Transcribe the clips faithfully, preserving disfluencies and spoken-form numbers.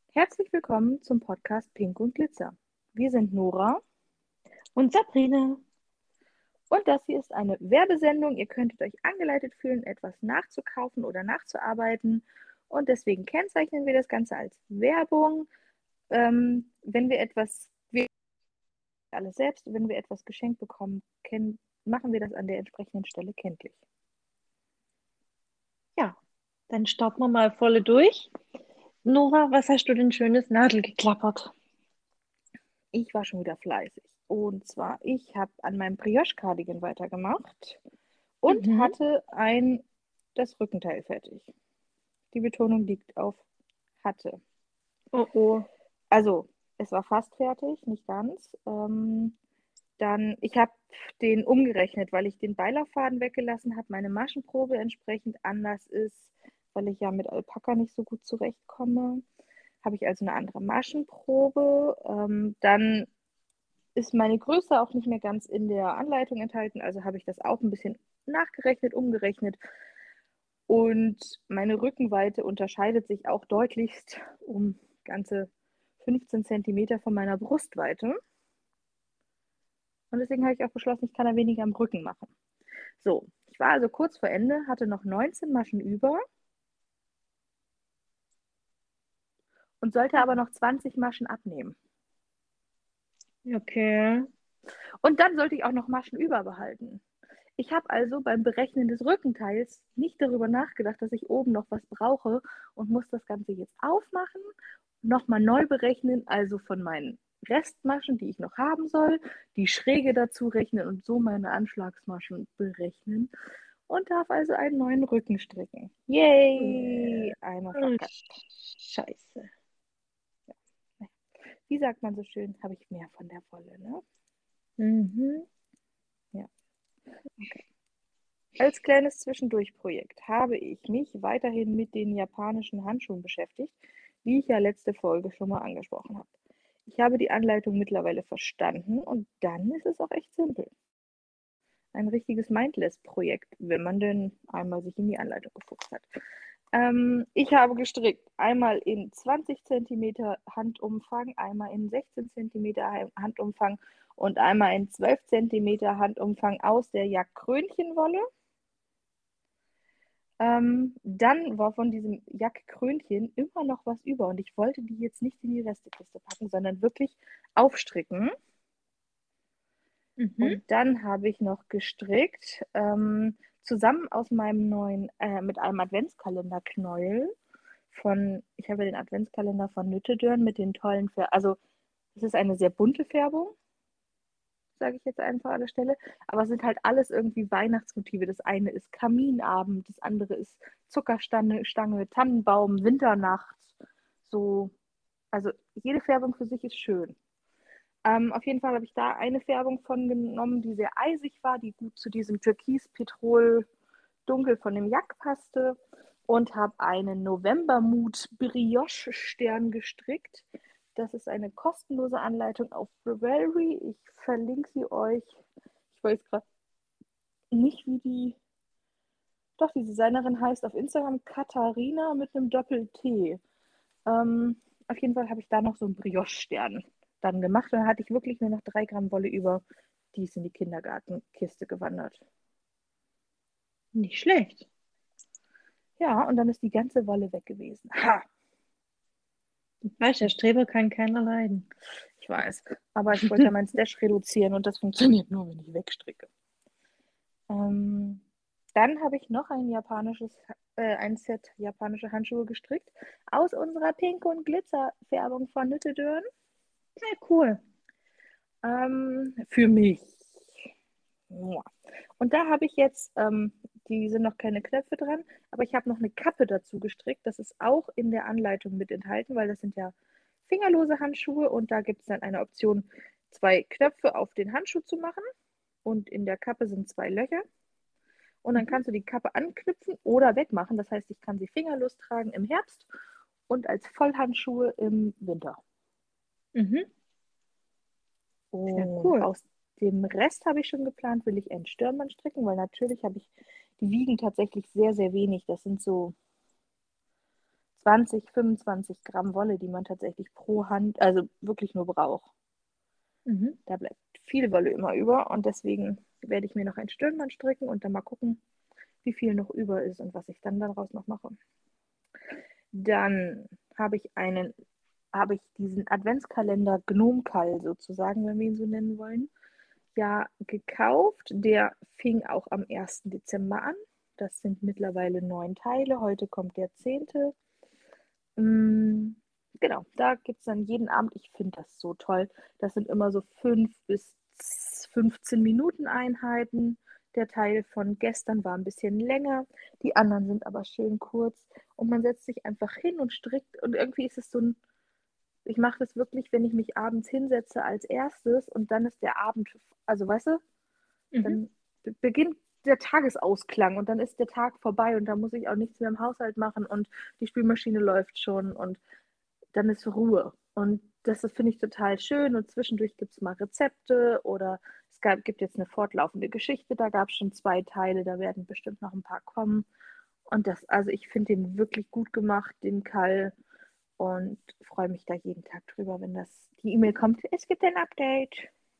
Herzlich willkommen zum Podcast Pink und Glitzer. Wir sind Nora Und Sabrina. und das hier ist eine Werbesendung. Ihr könntet euch angeleitet fühlen, etwas nachzukaufen oder nachzuarbeiten und deswegen kennzeichnen wir das Ganze als Werbung. Ähm, wenn wir etwas, wir alles selbst, wenn wir etwas geschenkt bekommen, kennen, machen wir das an der entsprechenden Stelle kenntlich. Ja, dann starten wir mal volle durch. Nora, was hast du denn schönes Nadel geklappert? Ich war schon wieder fleißig. Und zwar, ich habe an meinem Brioche-Cardigan weitergemacht und Mhm. hatte ein, das Rückenteil fertig. Die Betonung liegt auf hatte. Oh oh. Also, es war fast fertig, nicht ganz. Ähm, dann, ich habe den umgerechnet, weil ich den Beilauffaden weggelassen habe, meine Maschenprobe entsprechend anders ist, weil ich ja mit Alpaka nicht so gut zurechtkomme. Habe ich also eine andere Maschenprobe. Ähm, dann ist meine Größe auch nicht mehr ganz in der Anleitung enthalten, also habe ich das auch ein bisschen nachgerechnet, umgerechnet. Und meine Rückenweite unterscheidet sich auch deutlichst um ganze fünfzehn Zentimeter von meiner Brustweite. Und deswegen habe ich auch beschlossen, ich kann da weniger am Rücken machen. So, ich war also kurz vor Ende, hatte noch neunzehn Maschen über und sollte aber noch zwanzig Maschen abnehmen. Okay. Und dann sollte ich auch noch Maschen überbehalten. Ich habe also beim Berechnen des Rückenteils nicht darüber nachgedacht, dass ich oben noch was brauche und muss das Ganze jetzt aufmachen, nochmal neu berechnen, also von meinen Restmaschen, die ich noch haben soll, die Schräge dazu rechnen und so meine Anschlagsmaschen berechnen und darf also einen neuen Rücken stricken. Yay! Einmal Oh, verkackt. Scheiße. Wie sagt man so schön, habe ich mehr von der Wolle, ne? Mhm. Ja, okay. Als kleines Zwischendurchprojekt habe ich mich weiterhin mit den japanischen Handschuhen beschäftigt, wie ich ja letzte Folge schon mal angesprochen habe. Ich habe die Anleitung mittlerweile verstanden und dann ist es auch echt simpel. Ein richtiges Mindless-Projekt, wenn man denn einmal sich in die Anleitung gefuchst hat. Ähm, ich habe gestrickt, einmal in zwanzig Zentimeter Handumfang, einmal in sechzehn Zentimeter Handumfang und einmal in zwölf Zentimeter Handumfang aus der Jack-Krönchenwolle. Ähm, dann war von diesem Jackkrönchen immer noch was über und ich wollte die jetzt nicht in die Restekiste packen, sondern wirklich aufstricken. Mhm. Und dann habe ich noch gestrickt, ähm, zusammen aus meinem neuen, äh, mit einem Adventskalenderknäuel von, ich habe ja den Adventskalender von Nüttedörn mit den tollen, Fär also es ist eine sehr bunte Färbung, sage ich jetzt einfach an der Stelle. Aber es sind halt alles irgendwie Weihnachtsmotive. Das eine ist Kaminabend, das andere ist Zuckerstange, Stange, Tannenbaum, Winternacht. So, also jede Färbung für sich ist schön. Ähm, auf jeden Fall habe ich da eine Färbung von genommen, die sehr eisig war, die gut zu diesem Türkis-Petrol-Dunkel von dem Jack passte und habe einen Novembermut Brioche-Stern gestrickt. Das ist eine kostenlose Anleitung auf Ravelry. Ich verlinke sie euch. Ich weiß gerade nicht, wie die, doch, die Designerin heißt auf Instagram Katharina mit einem Doppel-T. Ähm, auf jeden Fall habe ich da noch so einen Brioche-Stern dann gemacht. Und dann hatte ich wirklich nur noch drei Gramm Wolle über. Die ist in die Kindergartenkiste gewandert. Nicht schlecht. Ja, und dann ist die ganze Wolle weg gewesen. Ha! Du weißt, der Streber kann keiner leiden. Ich weiß. Aber ich wollte ja mein Stash reduzieren und das funktioniert nur, wenn ich wegstricke. Ähm, dann habe ich noch ein japanisches, äh, ein Set japanische Handschuhe gestrickt aus unserer Pink- und Glitzer-Färbung von Nüttedörn. Sehr cool. Ähm, für mich. Und da habe ich jetzt, ähm, die sind noch keine Knöpfe dran, aber ich habe noch eine Kappe dazu gestrickt. Das ist auch in der Anleitung mit enthalten, weil das sind ja fingerlose Handschuhe und da gibt es dann eine Option, zwei Knöpfe auf den Handschuh zu machen und in der Kappe sind zwei Löcher und dann Mhm. kannst du die Kappe anknüpfen oder wegmachen. Das heißt, ich kann sie fingerlos tragen im Herbst und als Vollhandschuhe im Winter. Mhm. Sehr Und cool. aus dem Rest habe ich schon geplant, will ich einen Stirnband stricken, weil natürlich habe ich, die wiegen tatsächlich sehr, sehr wenig. Das sind so zwanzig, fünfundzwanzig Gramm Wolle, die man tatsächlich pro Hand, also wirklich nur braucht. Mhm. Da bleibt viel Wolle immer über und deswegen werde ich mir noch ein Stirnband stricken und dann mal gucken, wie viel noch über ist und was ich dann daraus noch mache. Dann habe ich einen, habe ich diesen Adventskalender Gnomkall sozusagen, wenn wir ihn so nennen wollen, ja gekauft. Der fing auch am ersten Dezember an. Das sind mittlerweile neun Teile. Heute kommt der zehnte. Mm, genau, da gibt es dann jeden Abend, ich finde das so toll, das sind immer so fünf bis fünfzehn Minuten Einheiten. Der Teil von gestern war ein bisschen länger, die anderen sind aber schön kurz und man setzt sich einfach hin und strickt und irgendwie ist es so ein, ich mache das wirklich, wenn ich mich abends hinsetze als erstes und dann ist der Abend, also weißt du, Mhm. dann beginnt der Tagesausklang und dann ist der Tag vorbei und da muss ich auch nichts mehr im Haushalt machen und die Spülmaschine läuft schon und dann ist Ruhe. Und das finde ich total schön. Und zwischendurch gibt es mal Rezepte oder es gab, gibt jetzt eine fortlaufende Geschichte. Da gab es schon zwei Teile, da werden bestimmt noch ein paar kommen. Und das, also ich finde den wirklich gut gemacht, den Kall. Und freue mich da jeden Tag drüber, wenn das die E-Mail kommt. Es gibt ein Update.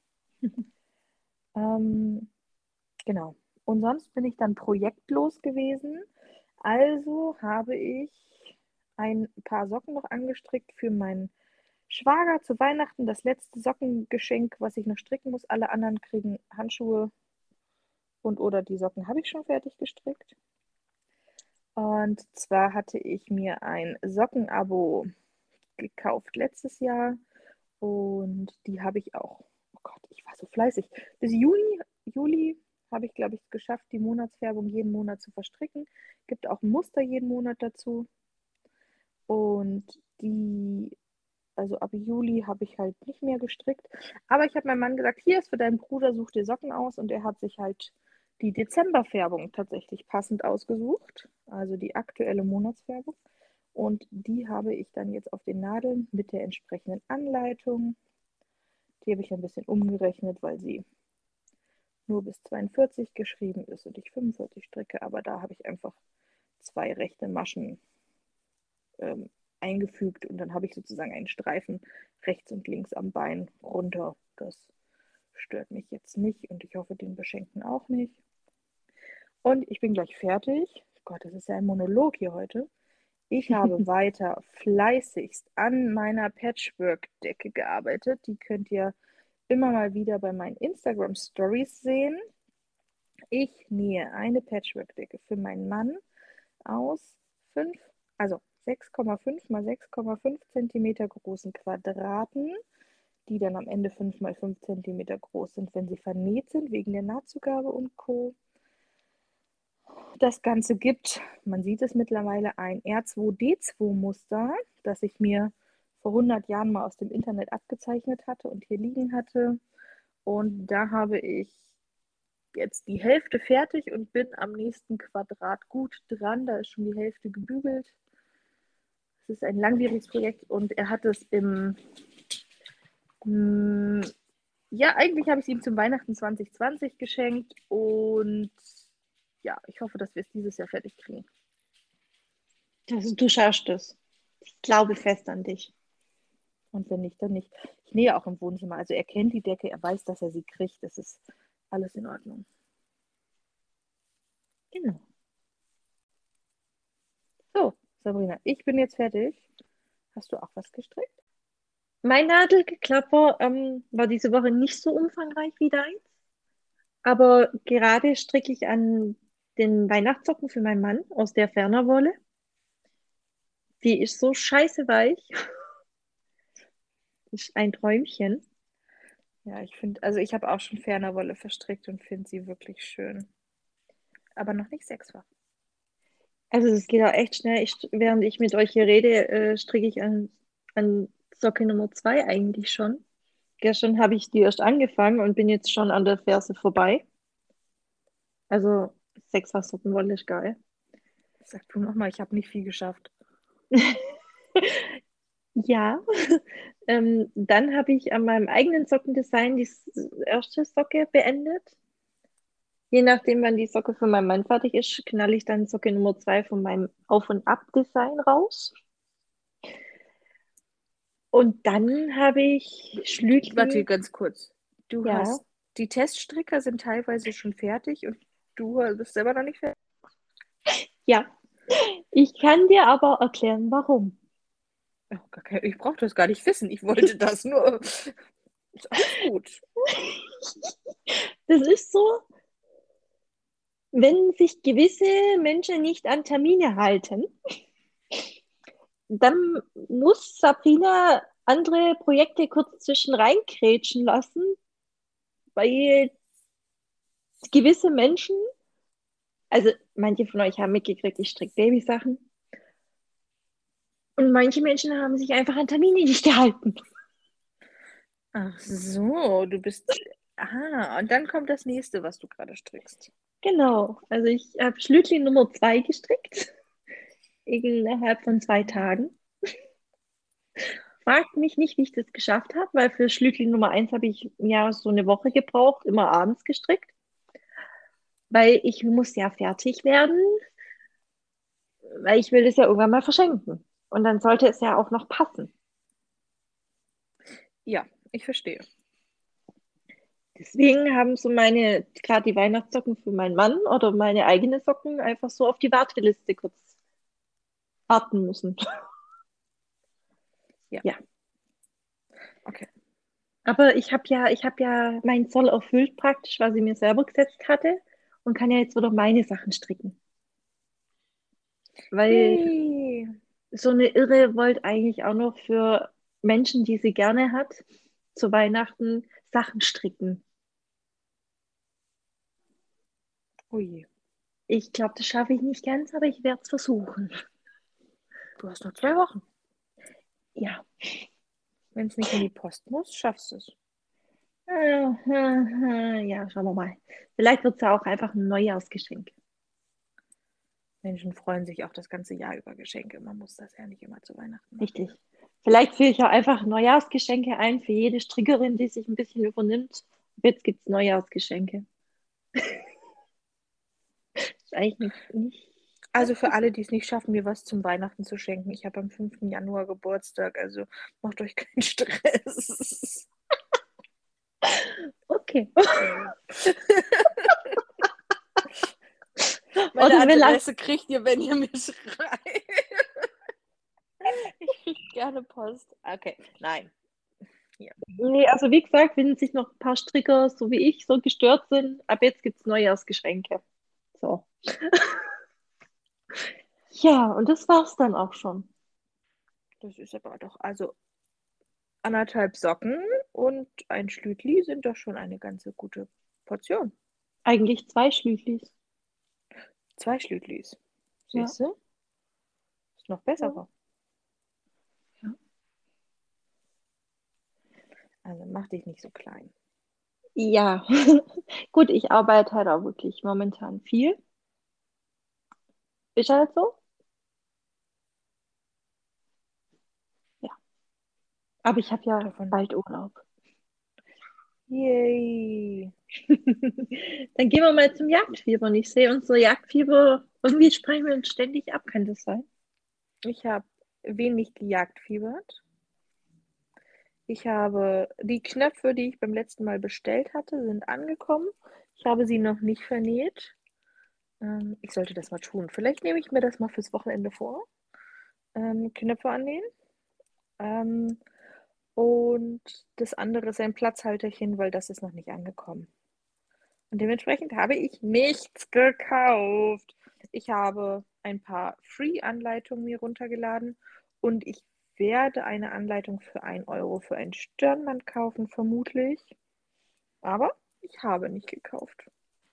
Ähm, genau. Und sonst bin ich dann projektlos gewesen. Also habe ich ein paar Socken noch angestrickt für meinen Schwager zu Weihnachten. Das letzte Sockengeschenk, was ich noch stricken muss. Alle anderen kriegen Handschuhe und oder die Socken habe ich schon fertig gestrickt. Und zwar hatte ich mir ein Sockenabo gekauft letztes Jahr und die habe ich auch, oh Gott, ich war so fleißig. Bis Juni, Juli habe ich, glaube ich, geschafft, die Monatsfärbung jeden Monat zu verstricken. Gibt auch ein Muster jeden Monat dazu. Und die, also ab Juli habe ich halt nicht mehr gestrickt. Aber ich habe meinem Mann gesagt, hier ist für deinen Bruder, such dir Socken aus. Und er hat sich halt die Dezemberfärbung tatsächlich passend ausgesucht. Also die aktuelle Monatsfärbung. Und die habe ich dann jetzt auf den Nadeln mit der entsprechenden Anleitung. Die habe ich ein bisschen umgerechnet, weil sie nur bis zweiundvierzig geschrieben ist und ich fünfundvierzig stricke. Aber da habe ich einfach zwei rechte Maschen ähm, eingefügt und dann habe ich sozusagen einen Streifen rechts und links am Bein runter. Das stört mich jetzt nicht und ich hoffe den Beschenkten auch nicht. Und ich bin gleich fertig. Gott, das ist ja ein Monolog hier heute. Ich habe weiter fleißigst an meiner Patchwork-Decke gearbeitet. Die könnt ihr immer mal wieder bei meinen Instagram Stories sehen. Ich nähe eine Patchwork-Decke für meinen Mann aus fünf, also sechs Komma fünf mal sechs Komma fünf Zentimeter großen Quadraten, die dann am Ende fünf mal fünf Zentimeter groß sind, wenn sie vernäht sind, wegen der Nahtzugabe und Co. Das Ganze gibt, man sieht es mittlerweile, ein R zwei D zwei Muster, das ich mir vor hundert Jahren mal aus dem Internet abgezeichnet hatte und hier liegen hatte. Und da habe ich jetzt die Hälfte fertig und bin am nächsten Quadrat gut dran. Da ist schon die Hälfte gebügelt. Es ist ein langwieriges Projekt und er hat es im, mh, ja, eigentlich habe ich es ihm zum Weihnachten zwanzig zwanzig geschenkt und ja, ich hoffe, dass wir es dieses Jahr fertig kriegen. Also, du schaffst es. Ich glaube fest an dich. Und wenn nicht, dann nicht. Ich nähe auch im Wohnzimmer. Also er kennt die Decke, er weiß, dass er sie kriegt. Das ist alles in Ordnung. Genau. So, Sabrina, ich bin jetzt fertig. Hast du auch was gestrickt? Mein Nadelgeklapper ähm, war diese Woche nicht so umfangreich wie deins, aber gerade stricke ich an den Weihnachtssocken für meinen Mann aus der Fernerwolle. Die ist so scheiße weich. Ist ein Träumchen. Ja, ich finde, also ich habe auch schon Fernerwolle verstrickt und finde sie wirklich schön. Aber noch nicht sechsfach. Also es geht auch echt schnell. Ich, während ich mit euch hier rede, äh, stricke ich an, an Socke Nummer zwei eigentlich schon. Gestern habe ich die erst angefangen und bin jetzt schon an der Ferse vorbei. Also sechsfach Sockenwolle ist geil. Sag du nochmal, ich habe nicht viel geschafft. Ja, ähm, dann habe ich an meinem eigenen Sockendesign die s- erste Socke beendet. Je nachdem, wann die Socke von meinem Mann fertig ist, knalle ich dann Socke Nummer zwei von meinem Auf- und Ab-Design raus. Und dann habe ich Warte, Schlütli, ganz kurz. Du ja, hast, die Teststricker sind teilweise schon fertig und du bist selber noch nicht fertig. ja. Ich kann dir aber erklären, warum. Oh, gar kein, ich brauche das gar nicht wissen. Ich wollte das nur. Ist alles gut. Das ist so, wenn sich gewisse Menschen nicht an Termine halten, dann muss Sabrina andere Projekte kurz zwischen reinkrätschen lassen, weil gewisse Menschen, also manche von euch haben mitgekriegt, ich stricke Babysachen und manche Menschen haben sich einfach an Termine nicht gehalten. Ach so, du bist. Ah, und dann kommt das nächste, was du gerade strickst. Genau, also ich habe Schlütli Nummer zwei gestrickt, innerhalb von zwei Tagen. Fragt mich nicht, wie ich das geschafft habe, weil für Schlütli Nummer eins habe ich ja so eine Woche gebraucht, immer abends gestrickt, weil ich muss ja fertig werden, weil ich will es ja irgendwann mal verschenken. Und dann sollte es ja auch noch passen. Ja, ich verstehe. Deswegen haben so meine, gerade die Weihnachtssocken für meinen Mann oder meine eigene Socken einfach so auf die Warteliste kurz warten müssen. Ja, Ja, okay. aber ich habe ja, ich habe ja meinen Zoll erfüllt praktisch, was ich mir selber gesetzt hatte und kann ja jetzt wieder meine Sachen stricken. Weil Yay! so eine Irre wollte eigentlich auch noch für Menschen, die sie gerne hat, zu Weihnachten Sachen stricken. Oh je. Ich glaube, das schaffe ich nicht ganz, aber ich werde es versuchen. Du hast noch zwei Wochen. Ja. Wenn es nicht in die Post muss, schaffst du es. Äh, äh, äh, Ja, schauen wir mal. Vielleicht wird es ja auch einfach ein Neujahrsgeschenk. Menschen freuen sich auch das ganze Jahr über Geschenke. Man muss das ja nicht immer zu Weihnachten machen. Richtig. Vielleicht führe ich auch einfach Neujahrsgeschenke ein für jede Strickerin, die sich ein bisschen übernimmt. Jetzt gibt es Neujahrsgeschenke. Ist eigentlich nicht, nicht Also schlecht. für alle, die es nicht schaffen, mir was zum Weihnachten zu schenken. Ich habe am fünften Januar Geburtstag, also macht euch keinen Stress. Okay. Meine Oder wir lassen. Adresse kriegt ihr, wenn ihr mir schreibt. Ich kriege gerne Post. Okay, nein. Ja. Nee, also wie gesagt, wenn sich noch ein paar Stricker, so wie ich, so gestört sind, ab jetzt gibt es Neujahrsgeschenke. So. Ja, und das war's dann auch schon. Das ist aber doch, also anderthalb Socken und ein Schlütli sind doch schon eine ganze gute Portion. Eigentlich zwei Schlütlis. Zwei Schlütlis. Ja. Siehst du? Ist noch Ja. besser. Ja. Also mach dich nicht so klein. Ja. Gut, ich arbeite halt auch wirklich momentan viel. Ist halt so. Ja. Aber ich habe ja Davon. bald Urlaub. Yay. Dann gehen wir mal zum Jagdfieber. Und ich sehe unser Jagdfieber, irgendwie sprechen wir uns ständig ab, kann das sein? Ich habe wenig gejagdfiebert. Ich habe die Knöpfe, die ich beim letzten Mal bestellt hatte, sind angekommen. Ich habe sie noch nicht vernäht. Ähm, ich sollte das mal tun. Vielleicht nehme ich mir das mal fürs Wochenende vor. Ähm, Knöpfe annähen. Ähm, und das andere ist ein Platzhalterchen, weil das ist noch nicht angekommen. Und dementsprechend habe ich nichts gekauft. Ich habe ein paar Free-Anleitungen mir runtergeladen und ich werde eine Anleitung für ein Euro für ein Stirnband kaufen, vermutlich. Aber ich habe nicht gekauft.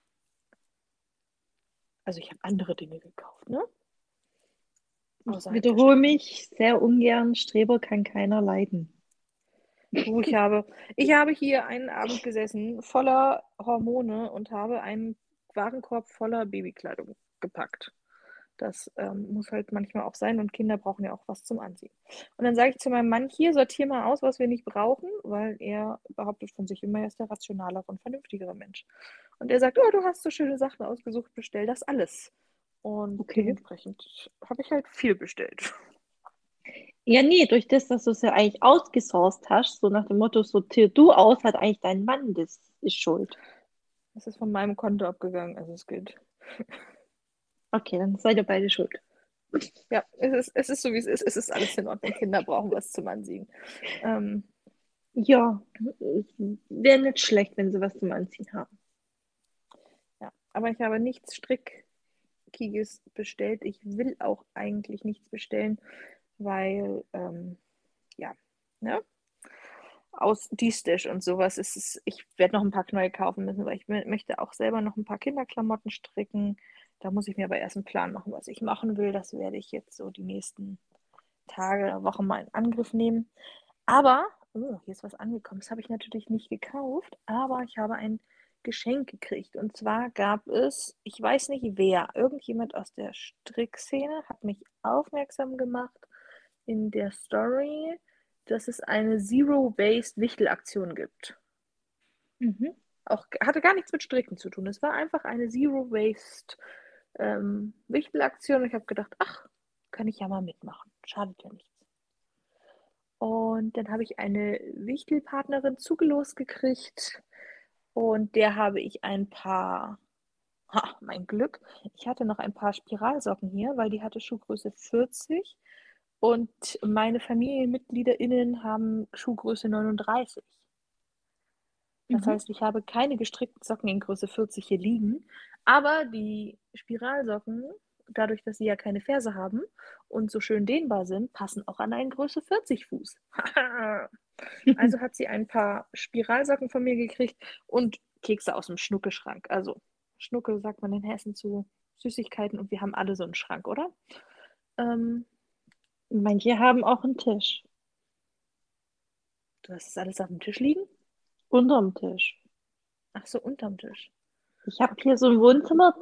Also ich habe andere Dinge gekauft, ne? Ich Außerhalb der wiederhole Stricksachen. mich sehr ungern. Streber kann keiner leiden. Du, ich habe, ich habe hier einen Abend gesessen, voller Hormone und habe einen Warenkorb voller Babykleidung gepackt. Das ähm, muss halt manchmal auch sein und Kinder brauchen ja auch was zum Anziehen. Und dann sage ich zu meinem Mann, hier, sortier mal aus, was wir nicht brauchen, weil er behauptet von sich immer, er ist der rationalere und vernünftigere Mensch. Und er sagt, oh, du hast so schöne Sachen ausgesucht, bestell das alles. Und Okay. dementsprechend habe ich halt viel bestellt. Ja, nee, durch das, dass du es ja eigentlich ausgesourced hast, so nach dem Motto, sortier du aus, hat eigentlich dein Mann das ist schuld. Es ist von meinem Konto abgegangen, also es geht. Okay, dann seid ihr beide schuld. Ja, es ist, es ist so, wie es ist. Es ist alles in Ordnung. Kinder brauchen was zum Anziehen. Ähm, Ja, wäre nicht schlecht, wenn sie was zum Anziehen haben. ja, aber ich habe nichts Strickiges bestellt. Ich will auch eigentlich nichts bestellen, weil, ähm, ja, ne? Aus D-Stash und sowas ist es, ich werde noch ein paar neue kaufen müssen, weil ich mö- möchte auch selber noch ein paar Kinderklamotten stricken. Da muss ich mir aber erst einen Plan machen, was ich machen will. Das werde ich jetzt so die nächsten Tage, Wochen mal in Angriff nehmen. Aber, oh, hier ist was angekommen. Das habe ich natürlich nicht gekauft, aber ich habe ein Geschenk gekriegt. Und zwar gab es, ich weiß nicht wer, irgendjemand aus der Strickszene hat mich aufmerksam gemacht in der Story, dass es eine Zero-Waste-Wichtelaktion gibt. Mhm. Auch hatte gar nichts mit Stricken zu tun. Es war einfach eine Zero-Waste ähm, Wichtelaktion. Ich habe gedacht, ach, kann ich ja mal mitmachen. Schadet ja nichts. Und dann habe ich eine Wichtelpartnerin zugelost gekriegt. Und der habe ich ein paar, ha, mein Glück, ich hatte noch ein paar Spiralsocken hier, weil die hatte Schuhgröße vierzig. Und meine FamilienmitgliederInnen haben Schuhgröße neununddreißig. Das Mhm. heißt, ich habe keine gestrickten Socken in Größe vierzig hier liegen, aber die Spiralsocken, dadurch, dass sie ja keine Ferse haben und so schön dehnbar sind, passen auch an einen Größe vierzig Fuß. Also hat sie ein paar Spiralsocken von mir gekriegt und Kekse aus dem Schnuckelschrank. Also Schnucke sagt man in Hessen zu Süßigkeiten und wir haben alle so einen Schrank, oder? Ähm, Manche haben auch einen Tisch Du hast das alles auf dem Tisch liegen? unterm Tisch. Ach so, unterm Tisch. Ich habe Okay. hier so einen Wohnzimmertisch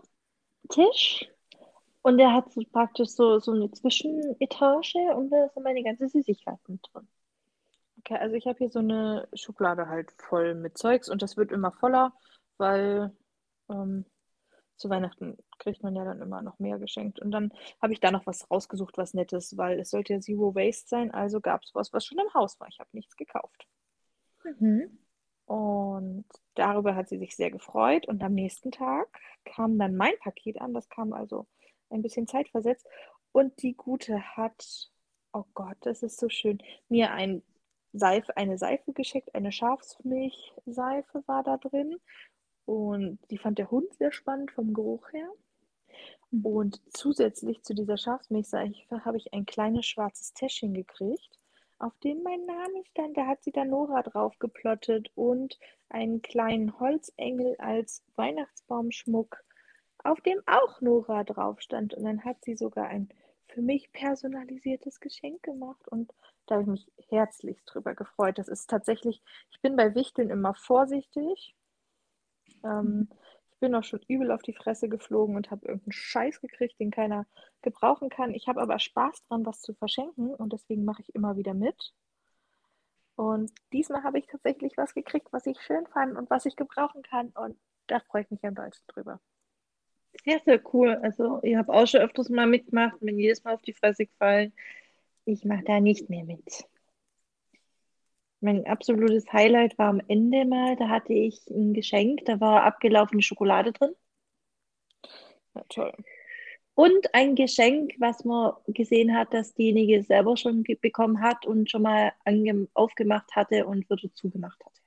und der hat so praktisch so, so eine Zwischenetage und da sind meine ganzen Süßigkeiten drin. Okay, also ich habe hier so eine Schublade halt voll mit Zeugs und das wird immer voller, weil ähm, zu Weihnachten kriegt man ja dann immer noch mehr geschenkt. Und dann habe ich da noch was rausgesucht, was Nettes, weil es sollte ja Zero Waste sein, also gab es was, was schon im Haus war. Ich habe nichts gekauft. Mhm. Und darüber hat sie sich sehr gefreut. Und am nächsten Tag kam dann mein Paket an. Das kam also ein bisschen zeitversetzt. Und die Gute hat, oh Gott, das ist so schön, mir ein Seife, eine Seife geschickt. Eine Schafsmilchseife war da drin. Und die fand der Hund sehr spannend vom Geruch her. Mhm. Und zusätzlich zu dieser Schafsmilchseife habe ich ein kleines schwarzes Täschchen gekriegt, auf dem mein Name stand. Da hat sie dann Nora drauf geplottet und einen kleinen Holzengel als Weihnachtsbaumschmuck, auf dem auch Nora drauf stand. Und dann hat sie sogar ein für mich personalisiertes Geschenk gemacht und da habe ich mich herzlichst drüber gefreut. Das ist tatsächlich, ich bin bei Wichteln immer vorsichtig, ähm, ich bin auch schon übel auf die Fresse geflogen und habe irgendeinen Scheiß gekriegt, den keiner gebrauchen kann. Ich habe aber Spaß dran, was zu verschenken und deswegen mache ich immer wieder mit. Und diesmal habe ich tatsächlich was gekriegt, was ich schön fand und was ich gebrauchen kann. Und da freue ich mich am dollsten drüber. Sehr, sehr cool. Also, ich habe auch schon öfters mal mitgemacht, bin jedes Mal auf die Fresse gefallen. Ich mache da nicht mehr mit. Mein absolutes Highlight war am Ende mal, da hatte ich ein Geschenk, da war abgelaufene Schokolade drin. Ja, toll. Und ein Geschenk, was man gesehen hat, dass diejenige selber schon ge- bekommen hat und schon mal ange aufgemacht hatte und wieder zugemacht hatte.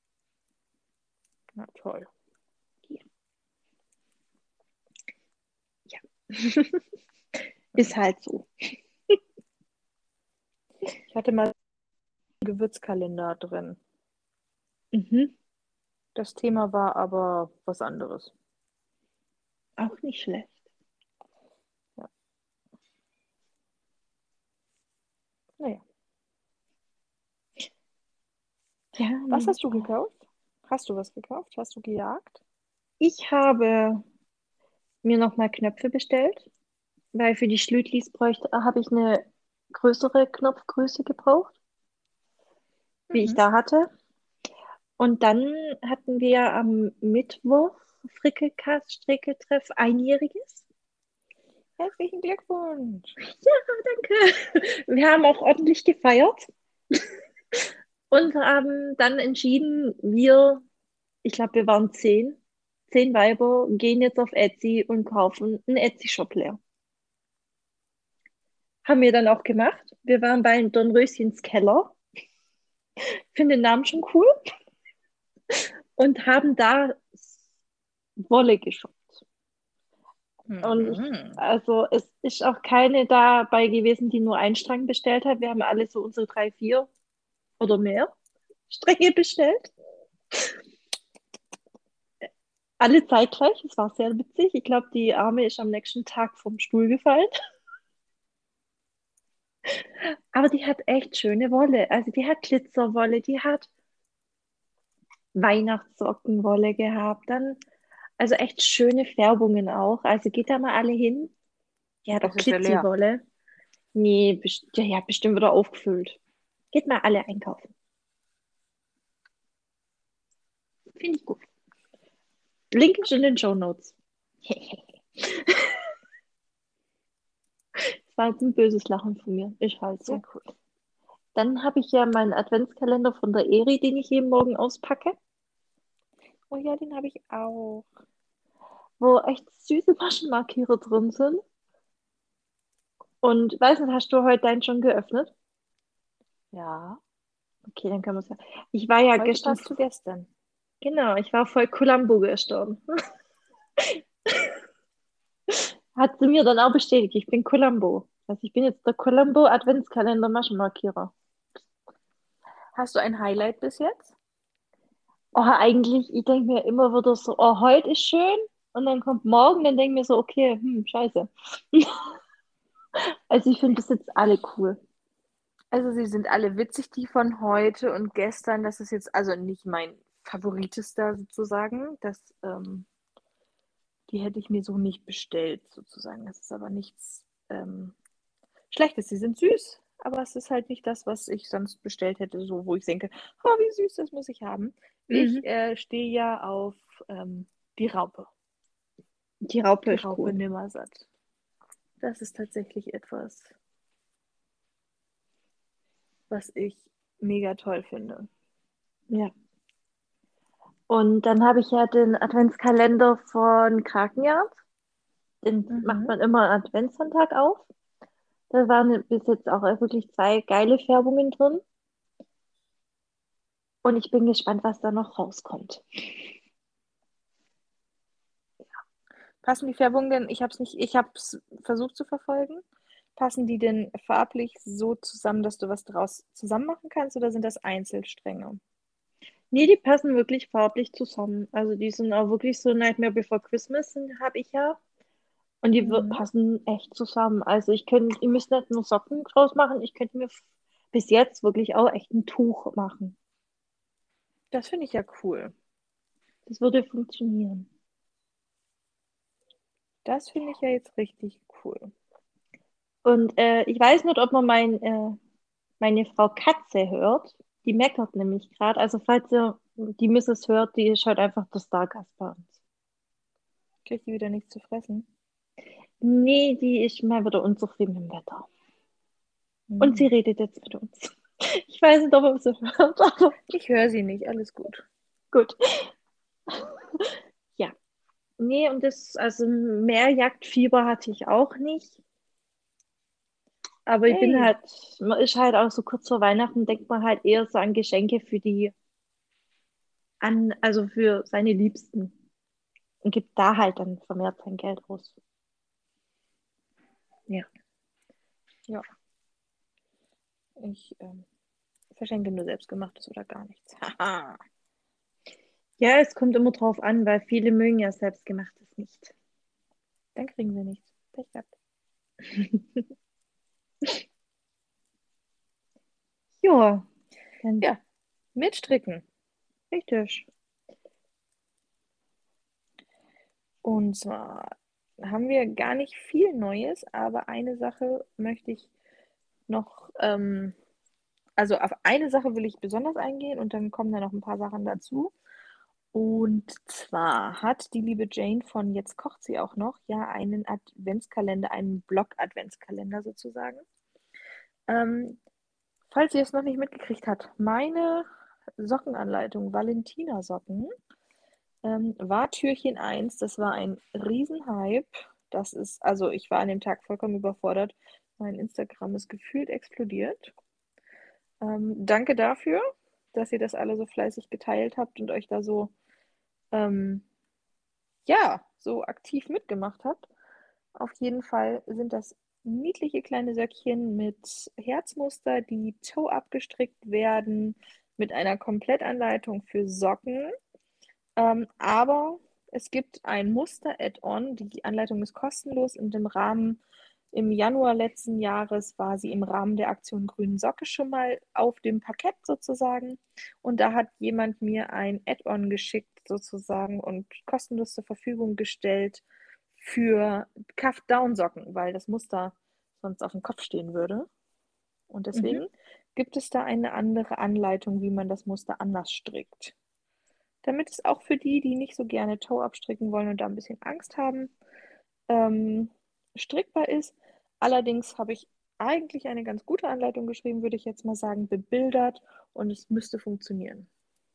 Ja, toll. Ja, ist halt so. Ich hatte mal einen Gewürzkalender drin. Mhm. Das Thema war aber was anderes. Auch nicht schlecht. Ja. Naja. Ja, Was hast du oh. gekauft? Hast du was gekauft? Hast du gejagt? Ich habe mir nochmal Knöpfe bestellt, weil für die Schlütlis bräuchte, habe ich eine größere Knopfgröße gebraucht, wie ich Mhm. da hatte. Und dann hatten wir am Mittwoch Frickelcast Strickeltreff einjähriges. Herzlichen Glückwunsch. Ja, danke. Wir haben auch ordentlich gefeiert und haben dann entschieden, wir, ich glaube, wir waren zehn, zehn Weiber, gehen jetzt auf Etsy und kaufen einen Etsy-Shop leer. Haben wir dann auch gemacht. Wir waren bei Dornröschens Keller, finde den Namen schon cool, und haben da Wolle geshoppt. Und ich, Mhm. also es ist auch keine dabei gewesen, die nur einen Strang bestellt hat. Wir haben alle so unsere drei, vier oder mehr Stränge bestellt. Alle zeitgleich. Es war sehr witzig. Ich glaube, die Arme ist am nächsten Tag vom Stuhl gefallen. Aber die hat echt schöne Wolle. Also die hat Glitzerwolle, die hat Weihnachtssockenwolle gehabt. Dann, also echt schöne Färbungen auch. Also geht da mal alle hin. Die hat Es auch ist ja leer. Glitzy-Wolle. Nee, best ja, ja, bestimmt wieder aufgefüllt. Geht mal alle einkaufen. Finde ich gut. Link ist in den Show Notes. Das war jetzt ein böses Lachen von mir. Ist halt Sehr so. cool. Dann habe ich ja meinen Adventskalender von der Eri, den ich jeden Morgen auspacke, Oh ja, den habe ich auch. wo echt süße Maschenmarkierer drin sind. Und weiß nicht, hast du heute deinen schon geöffnet? Ja. Okay, dann können wir es ja. Ich war ja Heute gestern, passt zu gestern. genau, ich war voll Columbo gestern. Hat sie mir dann auch bestätigt, ich bin Columbo. Also ich bin jetzt der Columbo Adventskalender Maschenmarkierer. Hast du ein Highlight bis jetzt? Oh, eigentlich, ich denke mir immer wieder so, oh, heute ist schön. Und dann kommt morgen, dann denke ich mir so, okay, hm, scheiße. Also ich finde bis jetzt alle cool. Also sie sind alle witzig, die von heute und gestern. Das ist jetzt also nicht mein favoritester sozusagen. Das, ähm, die hätte ich mir so nicht bestellt sozusagen. Das ist aber nichts ähm, Schlechtes. Sie sind süß, aber es ist halt nicht das, was ich sonst bestellt hätte, so wo ich denke, oh, wie süß, das muss ich haben. Ich Mhm. äh, stehe ja auf ähm, die Raupe. Die Raupe Die ist Raupe cool. Nimmersatt. Das ist tatsächlich etwas, was ich mega toll finde. Ja. Und dann habe ich ja den Adventskalender von Krakenjahrt. Den macht Mhm. man immer am Adventssonntag auf. Da waren bis jetzt auch wirklich zwei geile Färbungen drin. Und ich bin gespannt, was da noch rauskommt. Passen die Färbungen denn, ich habe es nicht, ich habe es versucht zu verfolgen. Passen die denn farblich so zusammen, dass du was draus zusammen machen kannst oder sind das Einzelstränge? Nee, die passen wirklich farblich zusammen. Also die sind auch wirklich so Nightmare Before Christmas habe ich ja. Und die wir- Mhm. passen echt zusammen. Also ich könnte, ihr müsst nicht nur Socken draus machen, ich könnte mir f- bis jetzt wirklich auch echt ein Tuch machen. Das finde ich ja cool. Das würde funktionieren. Das finde ich ja jetzt richtig cool. Und äh, ich weiß nicht, ob man mein, äh, meine Frau Katze hört. Die meckert nämlich gerade. Also falls ihr die Misses hört, die ist halt einfach der Stargast bei uns. Kriegt die wieder nichts zu fressen? Nee, die ist mal wieder unzufrieden mit dem Wetter. Und sie Mhm. redet jetzt mit uns. Ich weiß nicht, ob er sie hört, aber Ich höre sie nicht, alles gut. gut. Ja. Nee, und das, also mehr Jagdfieber hatte ich auch nicht. Aber ich bin Yay. halt, man ist halt auch so kurz vor Weihnachten, denkt man halt eher so an Geschenke für die, an, also für seine Liebsten. Und gibt da halt dann vermehrt sein Geld aus. Ja. Ja, ich ähm, verschenke nur Selbstgemachtes oder gar nichts. Haha. Ja, es kommt immer drauf an, weil viele mögen ja selbstgemachtes nicht. Dann kriegen wir nichts. Pech gehabt. Ja, dann Ja, mit Stricken. richtig. Und zwar haben wir gar nicht viel Neues, aber eine Sache möchte ich noch, ähm, also auf eine Sache will ich besonders eingehen und dann kommen da noch ein paar Sachen dazu. Und zwar hat die liebe Jane von Jetzt kocht sie auch noch ja einen Adventskalender, einen Blog-Adventskalender sozusagen. Ähm, falls ihr es noch nicht mitgekriegt habt, meine Sockenanleitung, Valentina-Socken, ähm, war Türchen eins. Das war ein Riesenhype. Das ist, also ich war an dem Tag vollkommen überfordert. Mein Instagram ist gefühlt explodiert. Ähm, danke dafür, dass ihr das alle so fleißig geteilt habt und euch da so, ähm, ja, so aktiv mitgemacht habt. Auf jeden Fall sind das niedliche kleine Söckchen mit Herzmuster, die toe abgestrickt werden, mit einer Komplettanleitung für Socken. Ähm, aber es gibt ein Muster-Add-on. Die Anleitung ist kostenlos und im Rahmen, im Januar letzten Jahres war sie im Rahmen der Aktion Grünen Socke schon mal auf dem Parkett sozusagen. Und da hat jemand mir ein Add-on geschickt sozusagen und kostenlos zur Verfügung gestellt für Cuff-Down-Socken, weil das Muster sonst auf dem Kopf stehen würde. Und Mhm. deswegen gibt es da eine andere Anleitung, wie man das Muster anders strickt. Damit es auch für die, die nicht so gerne Toe abstricken wollen und da ein bisschen Angst haben, ähm, strickbar ist. Allerdings habe ich eigentlich eine ganz gute Anleitung geschrieben, würde ich jetzt mal sagen, bebildert und es müsste funktionieren.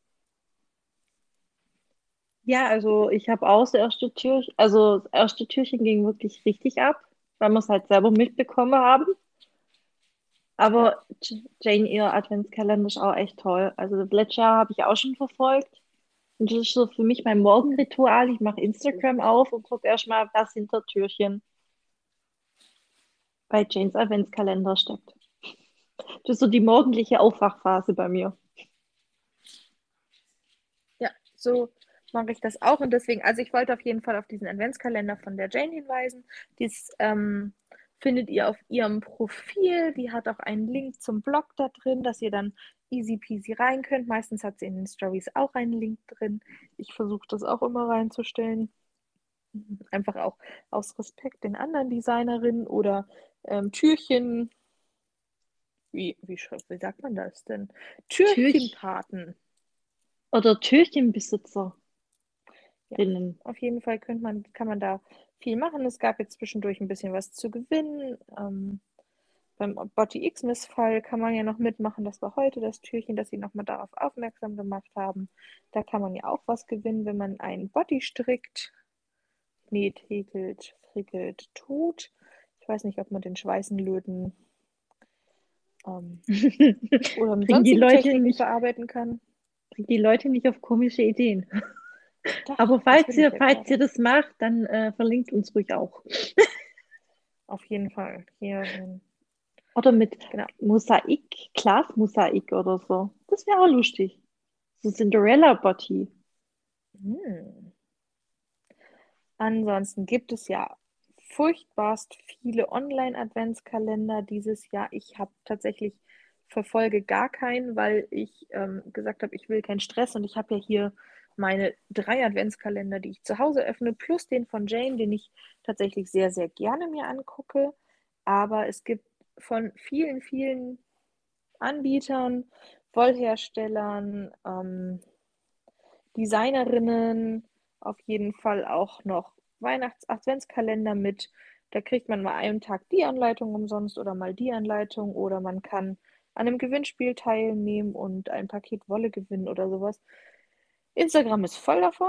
Ja, also ich habe auch das erste Türchen, also das erste Türchen ging wirklich richtig ab, weil wir es halt selber mitbekommen haben. Ja, Aber J- Jane Eyre Adventskalender ist auch echt toll. Also das letzte Jahr habe ich auch schon verfolgt. Und das ist so für mich mein Morgenritual. Ich mache Instagram auf und gucke erstmal, was hinter Türchen bei Janes Adventskalender steckt. Das ist so die morgendliche Aufwachphase bei mir. ja, so mache ich das auch und deswegen, also ich wollte auf jeden Fall auf diesen Adventskalender von der Jane hinweisen. Dies ähm, findet ihr auf ihrem Profil. Die hat auch einen Link zum Blog da drin, dass ihr dann easy peasy rein könnt. Meistens hat sie in den Stories auch einen Link drin. Ich versuche das auch immer reinzustellen. Einfach auch aus Respekt den anderen Designerinnen oder ähm, Türchen, wie, wie, wie sagt man das denn? Türch Türchenpaten. oder Türchenbesitzerinnen. Ja, auf jeden Fall könnte man, kann man da viel machen. Es gab jetzt zwischendurch ein bisschen was zu gewinnen. Ähm, beim Botti X-Miss-Fall kann man ja noch mitmachen. Das war heute das Türchen, dass sie nochmal darauf aufmerksam gemacht haben. Da kann man ja auch was gewinnen, wenn man einen Botti strickt, näht, häkelt, frickelt, tut. Ich weiß nicht, ob man den Schweißenlöten ähm, oder mit Bring die sonstigen Leute Techniken nicht, verarbeiten kann. bring die Leute nicht auf komische Ideen. Doch, Aber das falls will ich ihr, ja falls gerade. ihr das macht, dann äh, verlinkt uns ruhig auch. Auf jeden Fall. Hier, ähm, Oder mit genau. Mosaik, Glasmosaik oder so. Das wäre auch lustig. So Cinderella-Body. Hm. Ansonsten gibt es ja furchtbarst viele Online-Adventskalender dieses Jahr. Ich habe tatsächlich verfolge gar keinen, weil ich ähm, gesagt habe, ich will keinen Stress und ich habe ja hier meine drei Adventskalender, die ich zu Hause öffne, plus den von Jane, den ich tatsächlich sehr, sehr gerne mir angucke. Aber es gibt von vielen, vielen Anbietern, Wollherstellern, ähm, Designerinnen auf jeden Fall auch noch Weihnachts-Adventskalender mit. Da kriegt man mal einen Tag die Anleitung umsonst oder mal die Anleitung oder man kann an einem Gewinnspiel teilnehmen und ein Paket Wolle gewinnen oder sowas. Instagram ist voll davon.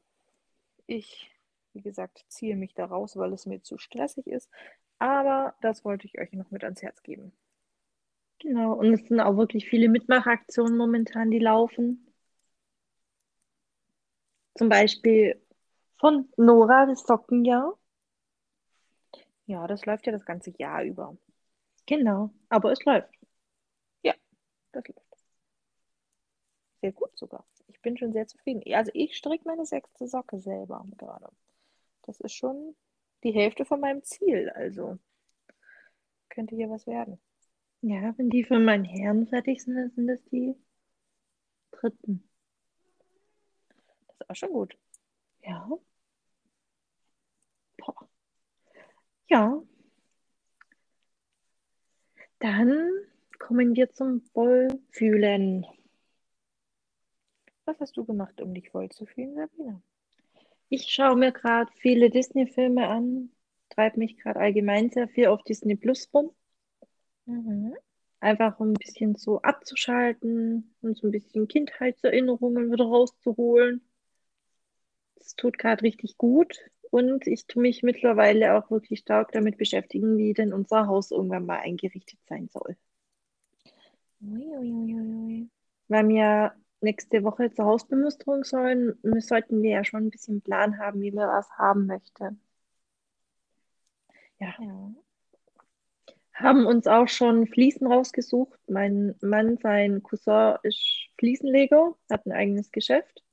Ich, wie gesagt, ziehe mich da raus, weil es mir zu stressig ist. Aber das wollte ich euch noch mit ans Herz geben. Genau. Und es sind auch wirklich viele Mitmachaktionen momentan, die laufen. Zum Beispiel von Nora das Sockenjahr. Ja, das läuft ja das ganze Jahr über. Genau. Aber es läuft. Ja, das läuft sehr gut sogar. Ich bin schon sehr zufrieden. Also ich stricke meine sechste Socke selber gerade. Das ist schon die Hälfte von meinem Ziel. Also könnte hier was werden. Ja, wenn die von meinen Herren fertig sind, dann sind das die dritten. Das ist auch schon gut. Ja. Boah. Ja, dann kommen wir zum Wohlfühlen. Was hast du gemacht, um dich vollzufühlen, Sabina? Ich schaue mir gerade viele Disney-Filme an, treibe mich gerade allgemein sehr viel auf Disney Plus rum, Mhm. einfach um ein bisschen so abzuschalten und so ein bisschen Kindheitserinnerungen wieder rauszuholen. Das tut gerade richtig gut und ich tue mich mittlerweile auch wirklich stark damit beschäftigen, wie denn unser Haus irgendwann mal eingerichtet sein soll. Ui, ui, ui, ui, ui. Weil wir nächste Woche zur Hausbemusterung sollen, wir sollten wir ja schon ein bisschen Plan haben, wie wir was haben möchte. Ja, Ja. haben uns auch schon Fliesen rausgesucht. Mein Mann, sein Cousin ist Fliesenleger, hat ein eigenes Geschäft.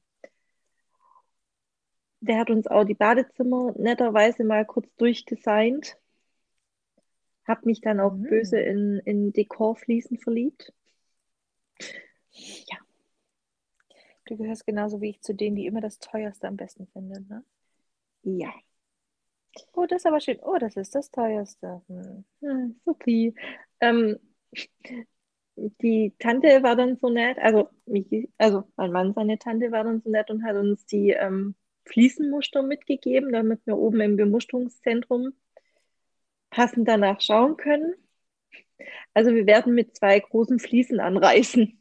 Der hat uns auch die Badezimmer netterweise mal kurz durchdesignt. Hab mich dann auch böse Mhm. in, in Dekorfliesen verliebt. Ja, Du gehörst genauso wie ich zu denen, die immer das Teuerste am besten finden, ne? ja. Oh, das ist aber schön. Oh, das ist das Teuerste. Hm. Ah, Sophie. Ähm, Die Tante war dann so nett, also, Michi, also mein Mann, seine Tante war dann so nett und hat uns die ähm, Fliesenmuster mitgegeben, damit wir oben im Bemusterungszentrum passend danach schauen können. Also wir werden mit zwei großen Fliesen anreißen.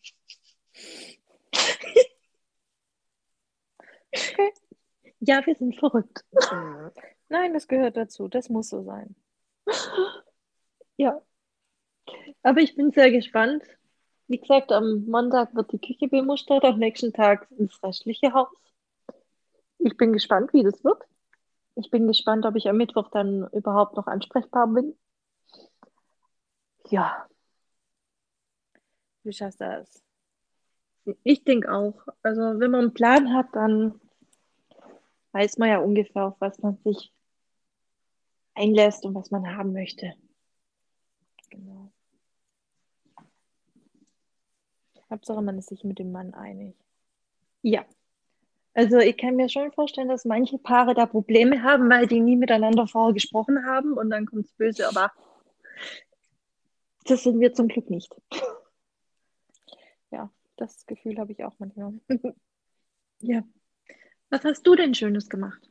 Okay. Ja, wir sind verrückt. Hm. Nein, das gehört dazu. Das muss so sein. Ja, aber ich bin sehr gespannt. Wie gesagt, am Montag wird die Küche bemustert, am nächsten Tag das restliche Haus. Ich bin gespannt, wie das wird. Ich bin gespannt, ob ich am Mittwoch dann überhaupt noch ansprechbar bin. Ja, Du schaffst das. ich denke auch. Also wenn man einen Plan hat, dann weiß man ja ungefähr, auf was man sich einlässt und was man haben möchte. Genau. Hauptsache, man ist sich mit dem Mann einig. Ja, also ich kann mir schon vorstellen, dass manche Paare da Probleme haben, weil die nie miteinander vorher gesprochen haben und dann kommt's böse, aber das sind wir zum Glück nicht. Ja, das Gefühl habe ich auch manchmal. Ja. Was hast du denn Schönes gemacht?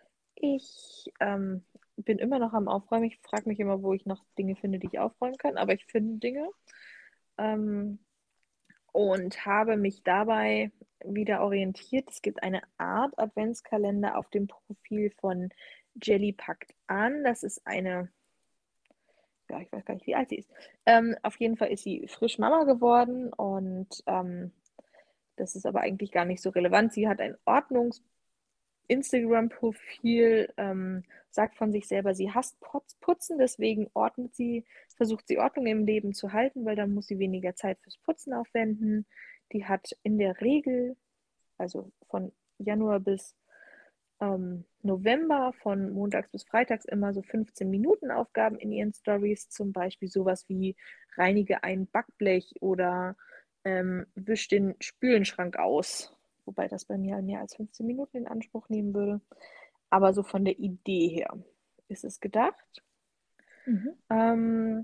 Ich ähm, bin immer noch am Aufräumen. Ich frage mich immer, wo ich noch Dinge finde, die ich aufräumen kann, aber ich finde Dinge. Ähm, und habe mich dabei wieder orientiert. Es gibt eine Art Adventskalender auf dem Profil von Jelly packt an. Das ist eine, ja, ich weiß gar nicht, wie alt sie ist. Ähm, auf jeden Fall ist sie frisch Mama geworden und ähm, das ist aber eigentlich gar nicht so relevant. Sie hat ein Ordnungs- Instagram-Profil, ähm, sagt von sich selber, sie hasst Putzen, deswegen ordnet sie, versucht sie Ordnung im Leben zu halten, weil dann muss sie weniger Zeit fürs Putzen aufwenden. Die hat in der Regel, also von Januar bis ähm, November, von montags bis freitags immer so fünfzehn Minuten Aufgaben in ihren Stories, zum Beispiel sowas wie reinige ein Backblech oder ähm, wisch den Spülenschrank aus, wobei das bei mir mehr als fünfzehn Minuten in Anspruch nehmen würde. Aber so von der Idee her ist es gedacht. Mhm. Ähm,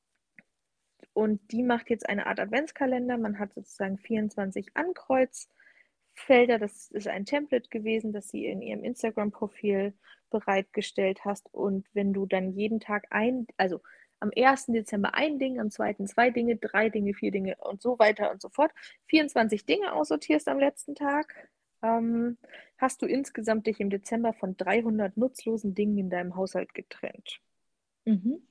und die macht jetzt eine Art Adventskalender. Man hat sozusagen vierundzwanzig Ankreuzfelder. Das ist ein Template gewesen, das sie in ihrem Instagram-Profil bereitgestellt hast. Und wenn du dann jeden Tag ein, also am ersten Dezember ein Ding, am zweiten zwei Dinge, drei Dinge, vier Dinge und so weiter und so fort, vierundzwanzig Dinge aussortierst am letzten Tag, ähm, hast du insgesamt dich im Dezember von dreihundert nutzlosen Dingen in deinem Haushalt getrennt. Mhm.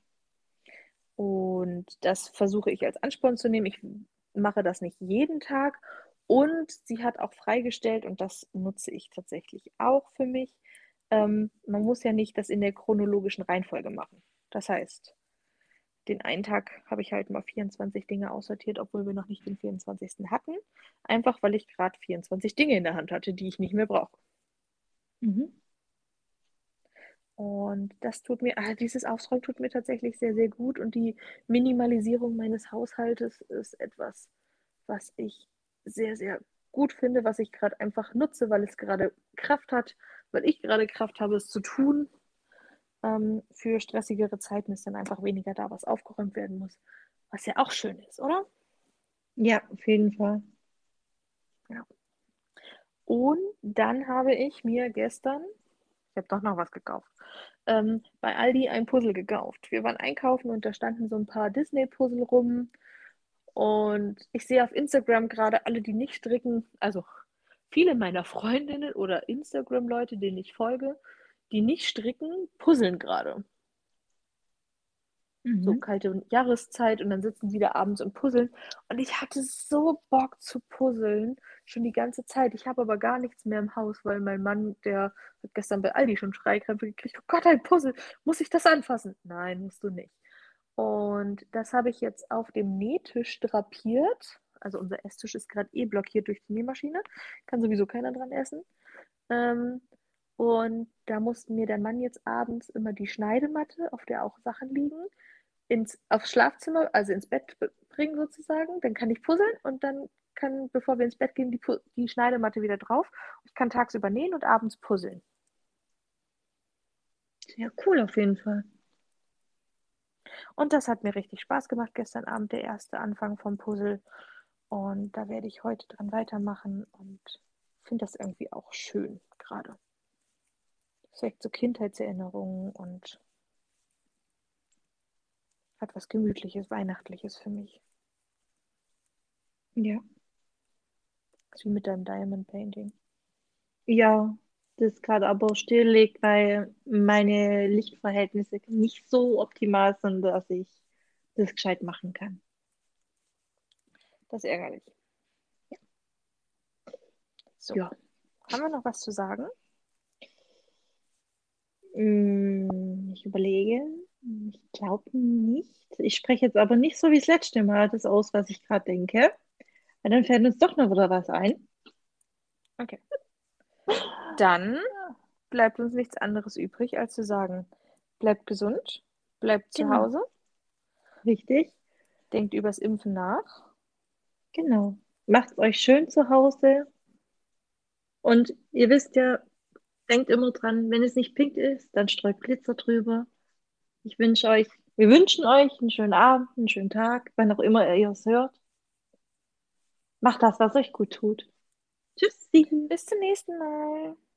Und das versuche ich als Ansporn zu nehmen. Ich mache das nicht jeden Tag. Und sie hat auch freigestellt, und das nutze ich tatsächlich auch für mich, ähm, man muss ja nicht das in der chronologischen Reihenfolge machen. Das heißt, den einen Tag habe ich halt mal vierundzwanzig Dinge aussortiert, obwohl wir noch nicht den vierundzwanzigsten hatten. Einfach weil ich gerade vierundzwanzig Dinge in der Hand hatte, die ich nicht mehr brauche. Mhm. Und das tut mir, ah, dieses Aufräumen tut mir tatsächlich sehr, sehr gut. Und die Minimalisierung meines Haushaltes ist etwas, was ich sehr, sehr gut finde, was ich gerade einfach nutze, weil es gerade Kraft hat, weil ich gerade Kraft habe, es zu tun. Ähm, für stressigere Zeiten ist dann einfach weniger da, was aufgeräumt werden muss. Was ja auch schön ist, oder? Ja, auf jeden Fall. Ja. Und dann habe ich mir gestern, ich habe doch noch was gekauft, ähm, bei Aldi ein Puzzle gekauft. Wir waren einkaufen und da standen so ein paar Disney-Puzzle rum. Und ich sehe auf Instagram gerade alle, die nicht stricken, also viele meiner Freundinnen oder Instagram-Leute, denen ich folge, die nicht stricken, puzzeln gerade. So Mhm. kalte Jahreszeit und dann sitzen sie da abends und puzzeln. Und ich hatte so Bock zu puzzeln, schon die ganze Zeit. Ich habe aber gar nichts mehr im Haus, weil mein Mann, der hat gestern bei Aldi schon Schreikrämpfe gekriegt. Oh Gott, ein Puzzle, muss ich das anfassen? Nein, musst du nicht. Und das habe ich jetzt auf dem Nähtisch drapiert. Also unser Esstisch ist gerade eh blockiert durch die Nähmaschine. Kann sowieso keiner dran essen. Ähm, und da musste mir der Mann jetzt abends immer die Schneidematte, auf der auch Sachen liegen, ins, aufs Schlafzimmer, also ins Bett bringen sozusagen. Dann kann ich puzzeln und dann kann, bevor wir ins Bett gehen, die, die Schneidematte wieder drauf. Ich kann tagsüber nähen und abends puzzeln. Sehr cool auf jeden Fall. Und das hat mir richtig Spaß gemacht gestern Abend, der erste Anfang vom Puzzle. Und da werde ich heute dran weitermachen und finde das irgendwie auch schön gerade. Das weckt so Kindheitserinnerungen und hat was Gemütliches, Weihnachtliches für mich. Ja. Das ist wie mit deinem Diamond Painting. Ja, das gerade aber still liegt, weil meine Lichtverhältnisse nicht so optimal sind, dass ich das gescheit machen kann. Das ist ärgerlich. So, Ja. haben wir noch was zu sagen? Mm, Ich überlege. Ich glaube nicht. Ich spreche jetzt aber nicht so wie das letzte Mal das aus, was ich gerade denke. Weil dann fällt uns doch noch wieder was ein. Okay. Dann bleibt uns nichts anderes übrig, als zu sagen, bleibt gesund, bleibt zu Genau. Hause, Richtig. denkt übers Impfen nach. Genau. Macht's euch schön zu Hause. Und ihr wisst ja, denkt immer dran, wenn es nicht pink ist, dann streut Glitzer drüber. Ich wünsche euch, wir wünschen euch einen schönen Abend, einen schönen Tag, wann auch immer ihr es hört. Macht das, was euch gut tut. Tschüssi. Bis zum nächsten Mal.